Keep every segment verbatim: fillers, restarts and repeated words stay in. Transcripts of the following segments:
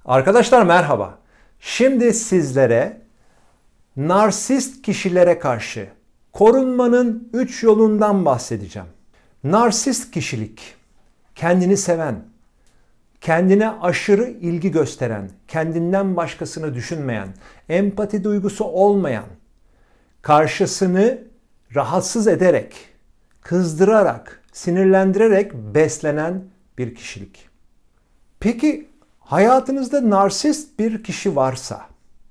Arkadaşlar merhaba. Şimdi sizlere narsist kişilere karşı korunmanın üç yolundan bahsedeceğim. Narsist kişilik, kendini seven, kendine aşırı ilgi gösteren, kendinden başkasını düşünmeyen, empati duygusu olmayan, karşısını rahatsız ederek, kızdırarak, sinirlendirerek beslenen bir kişilik. Peki hayatınızda narsist bir kişi varsa,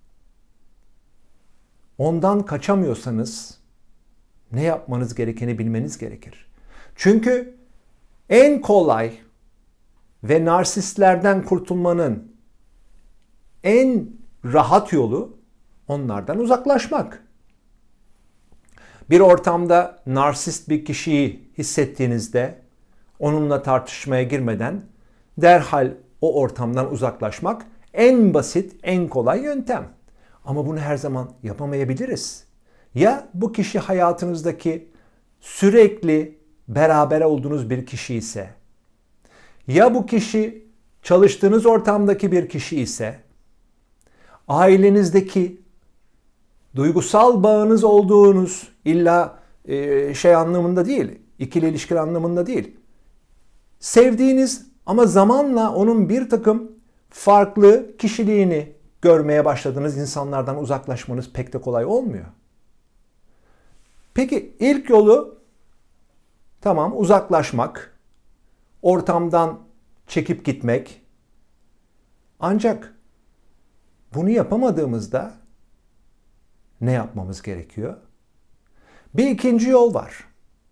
ondan kaçamıyorsanız ne yapmanız gerekeni bilmeniz gerekir. Çünkü en kolay ve narsistlerden kurtulmanın en rahat yolu onlardan uzaklaşmak. Bir ortamda narsist bir kişiyi hissettiğinizde onunla tartışmaya girmeden derhal o ortamdan uzaklaşmak en basit, en kolay yöntem. Ama bunu her zaman yapamayabiliriz. Ya bu kişi hayatınızdaki sürekli beraber olduğunuz bir kişi ise, ya bu kişi çalıştığınız ortamdaki bir kişi ise, ailenizdeki duygusal bağınız olduğunuz illa e, şey anlamında değil, ikili ilişki anlamında değil. Sevdiğiniz ama zamanla onun bir takım farklı kişiliğini görmeye başladığınız insanlardan uzaklaşmanız pek de kolay olmuyor. Peki ilk yolu tamam uzaklaşmak, ortamdan çekip gitmek. Ancak bunu yapamadığımızda ne yapmamız gerekiyor? Bir ikinci yol var.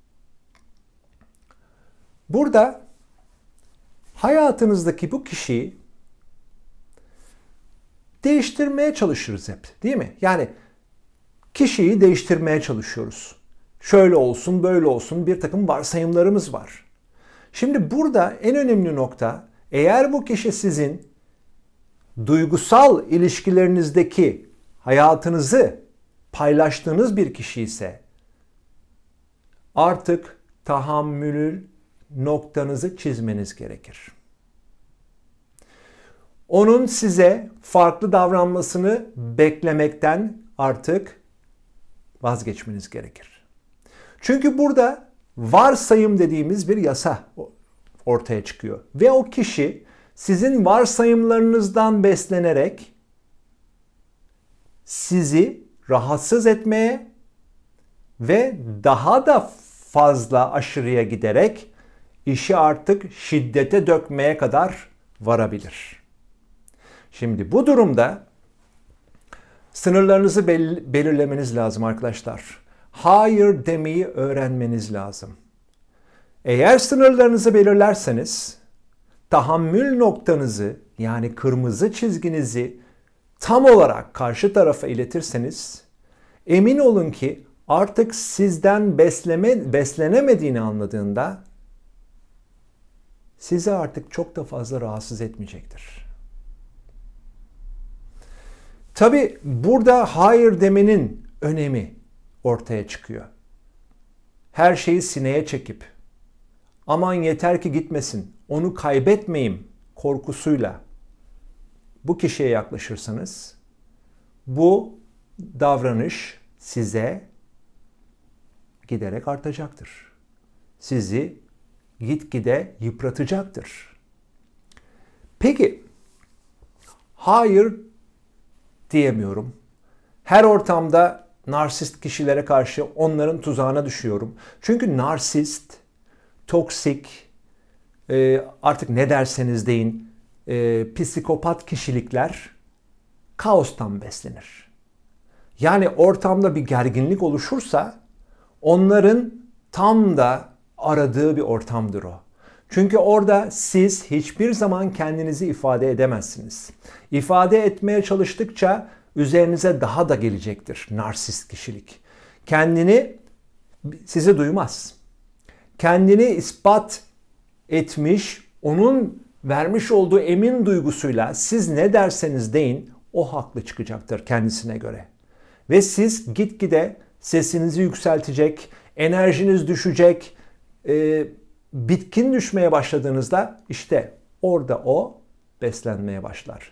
Burada hayatınızdaki bu kişiyi değiştirmeye çalışırız hep, değil mi? Yani kişiyi değiştirmeye çalışıyoruz. Şöyle olsun, böyle olsun bir takım varsayımlarımız var. Şimdi burada en önemli nokta, eğer bu kişi sizin duygusal ilişkilerinizdeki hayatınızı paylaştığınız bir kişi ise artık tahammül noktanızı çizmeniz gerekir. Onun size farklı davranmasını beklemekten artık vazgeçmeniz gerekir. Çünkü burada varsayım dediğimiz bir yasa ortaya çıkıyor. Ve o kişi sizin varsayımlarınızdan beslenerek sizi rahatsız etmeye ve daha da fazla aşırıya giderek işi artık şiddete dökmeye kadar varabilir. Şimdi bu durumda sınırlarınızı belirlemeniz lazım arkadaşlar. Hayır demeyi öğrenmeniz lazım. Eğer sınırlarınızı belirlerseniz, tahammül noktanızı yani kırmızı çizginizi tam olarak karşı tarafa iletirseniz, emin olun ki artık sizden besleme, beslenemediğini anladığında sizi artık çok da fazla rahatsız etmeyecektir. Tabii burada hayır demenin önemi ortaya çıkıyor. Her şeyi sineye çekip aman yeter ki gitmesin, onu kaybetmeyeyim korkusuyla bu kişiye yaklaşırsanız bu davranış size giderek artacaktır. Sizi gitgide yıpratacaktır. Peki hayır diyemiyorum. Her ortamda narsist kişilere karşı onların tuzağına düşüyorum. Çünkü narsist, toksik, artık ne derseniz deyin, psikopat kişilikler kaostan beslenir. Yani ortamda bir gerginlik oluşursa onların tam da aradığı bir ortamdır o. Çünkü orada siz hiçbir zaman kendinizi ifade edemezsiniz. İfade etmeye çalıştıkça üzerinize daha da gelecektir narsist kişilik. Kendini sizi duymaz. Kendini ispat etmiş, onun vermiş olduğu emin duygusuyla siz ne derseniz deyin o haklı çıkacaktır kendisine göre. Ve siz gitgide sesinizi yükseltecek, enerjiniz düşecek, e, bitkin düşmeye başladığınızda işte orada o beslenmeye başlar.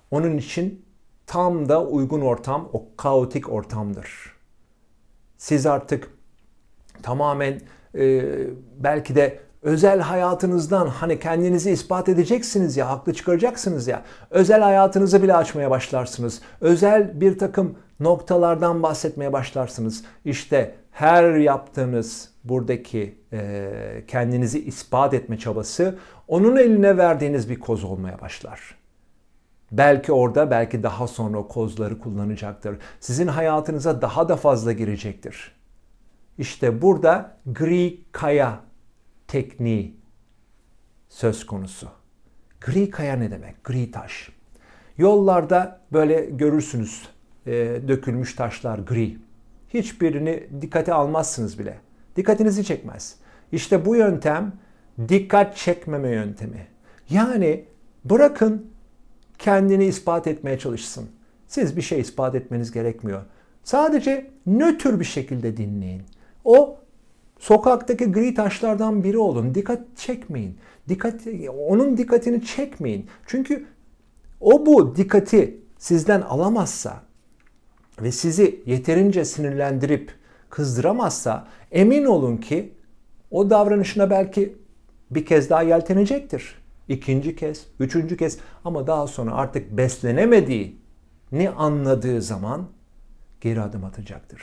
onun için tam da uygun ortam o kaotik ortamdır. Siz artık tamamen e, belki de özel hayatınızdan hani kendinizi ispat edeceksiniz ya, haklı çıkaracaksınız ya. Özel hayatınızı bile açmaya başlarsınız. Özel bir takım noktalardan bahsetmeye başlarsınız. İşte her yaptığınız buradaki e, kendinizi ispat etme çabası onun eline verdiğiniz bir koz olmaya başlar. Belki orada, belki daha sonra o kozları kullanacaktır. Sizin hayatınıza daha da fazla girecektir. İşte burada gri kaya tekniği söz konusu. Gri kaya ne demek? Gri taş. Yollarda böyle görürsünüz e, dökülmüş taşlar gri. Hiçbirini dikkate almazsınız bile. Dikkatinizi çekmez. İşte bu yöntem dikkat çekmeme yöntemi. Yani bırakın kendini ispat etmeye çalışsın. Siz bir şey ispat etmeniz gerekmiyor. Sadece nötr bir şekilde dinleyin. O sokaktaki gri taşlardan biri olun. Dikkat çekmeyin. Dikkat, onun dikkatini çekmeyin. Çünkü o bu dikkati sizden alamazsa ve sizi yeterince sinirlendirip kızdıramazsa emin olun ki o davranışına belki bir kez daha yeltenecektir. İkinci kez, üçüncü kez ama daha sonra artık beslenemediğini anladığı zaman geri adım atacaktır.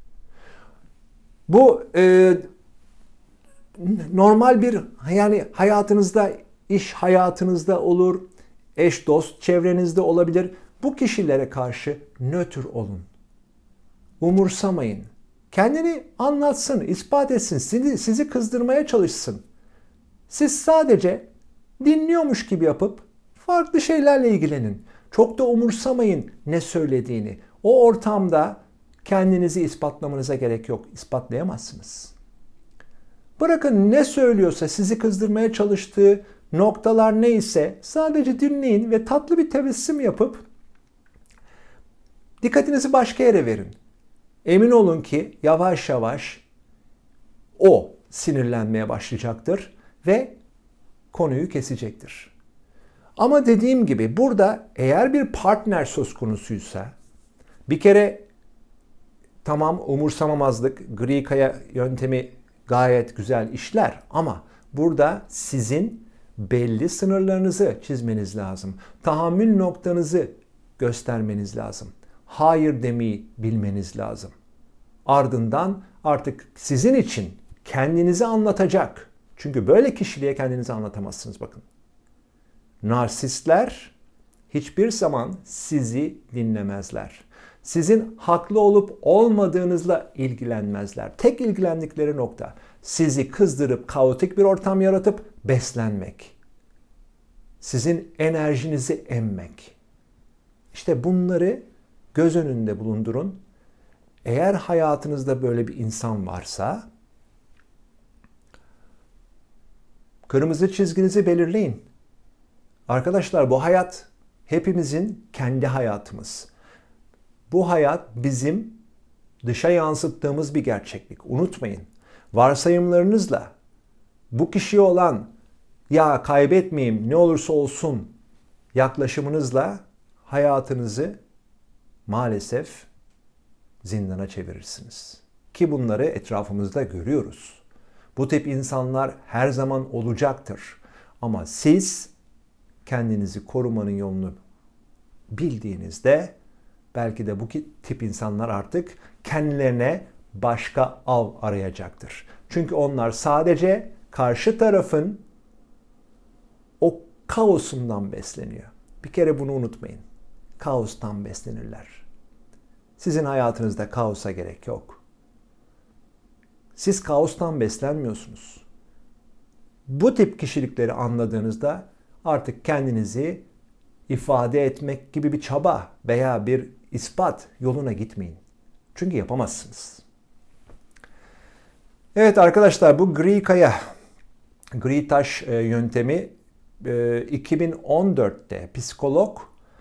Bu e, normal bir yani hayatınızda, iş hayatınızda olur, eş dost çevrenizde olabilir. Bu kişilere karşı nötr olun. Umursamayın. Kendini anlatsın, ispat etsin, sizi, sizi kızdırmaya çalışsın. Siz sadece dinliyormuş gibi yapıp farklı şeylerle ilgilenin. Çok da umursamayın ne söylediğini. O ortamda kendinizi ispatlamanıza gerek yok. İspatlayamazsınız. Bırakın ne söylüyorsa, sizi kızdırmaya çalıştığı noktalar neyse sadece dinleyin ve tatlı bir tebessüm yapıp dikkatinizi başka yere verin. Emin olun ki yavaş yavaş o sinirlenmeye başlayacaktır ve konuyu kesecektir. Ama dediğim gibi burada eğer bir partner söz konusuysa bir kere tamam umursamamazlık, gri kaya yöntemi gayet güzel işler ama burada sizin belli sınırlarınızı çizmeniz lazım. Tahammül noktanızı göstermeniz lazım. Hayır demeyi bilmeniz lazım. Ardından artık sizin için kendinizi anlatacak. Çünkü böyle kişiliğe kendinizi anlatamazsınız bakın. Narsistler hiçbir zaman sizi dinlemezler. Sizin haklı olup olmadığınızla ilgilenmezler. Tek ilgilendikleri nokta sizi kızdırıp kaotik bir ortam yaratıp beslenmek. Sizin enerjinizi emmek. İşte bunları göz önünde bulundurun. Eğer hayatınızda böyle bir insan varsa kırmızı çizginizi belirleyin. Arkadaşlar bu hayat hepimizin kendi hayatımız. Bu hayat bizim dışa yansıttığımız bir gerçeklik. Unutmayın. Varsayımlarınızla bu kişiye olan ya kaybetmeyeyim ne olursa olsun yaklaşımınızla hayatınızı maalesef zindana çevirirsiniz. Ki bunları etrafımızda görüyoruz. Bu tip insanlar her zaman olacaktır. Ama siz kendinizi korumanın yolunu bildiğinizde belki de bu tip insanlar artık kendilerine başka av arayacaktır. Çünkü onlar sadece karşı tarafın o kaosundan besleniyor. Bir kere bunu unutmayın. Kaostan beslenirler. Sizin hayatınızda kaosa gerek yok. Siz kaostan beslenmiyorsunuz. Bu tip kişilikleri anladığınızda artık kendinizi ifade etmek gibi bir çaba veya bir ispat yoluna gitmeyin. Çünkü yapamazsınız. Evet arkadaşlar bu gri kaya, gri taş yöntemi iki bin on dörtte psikolog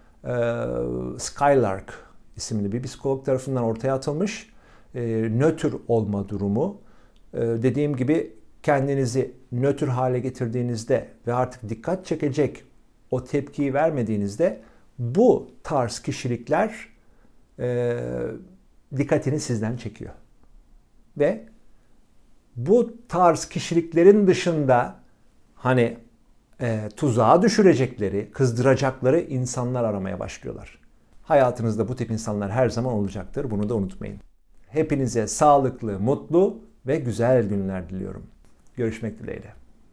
Skylark isimli bir psikolog tarafından ortaya atılmış nötr olma durumu. Dediğim gibi kendinizi nötr hale getirdiğinizde ve artık dikkat çekecek o tepkiyi vermediğinizde bu tarz kişilikler e, dikkatini sizden çekiyor. Ve bu tarz kişiliklerin dışında hani e, tuzağa düşürecekleri, kızdıracakları insanlar aramaya başlıyorlar. Hayatınızda bu tip insanlar her zaman olacaktır. Bunu da unutmayın. Hepinize sağlıklı, mutlu ve güzel günler diliyorum. Görüşmek dileğiyle.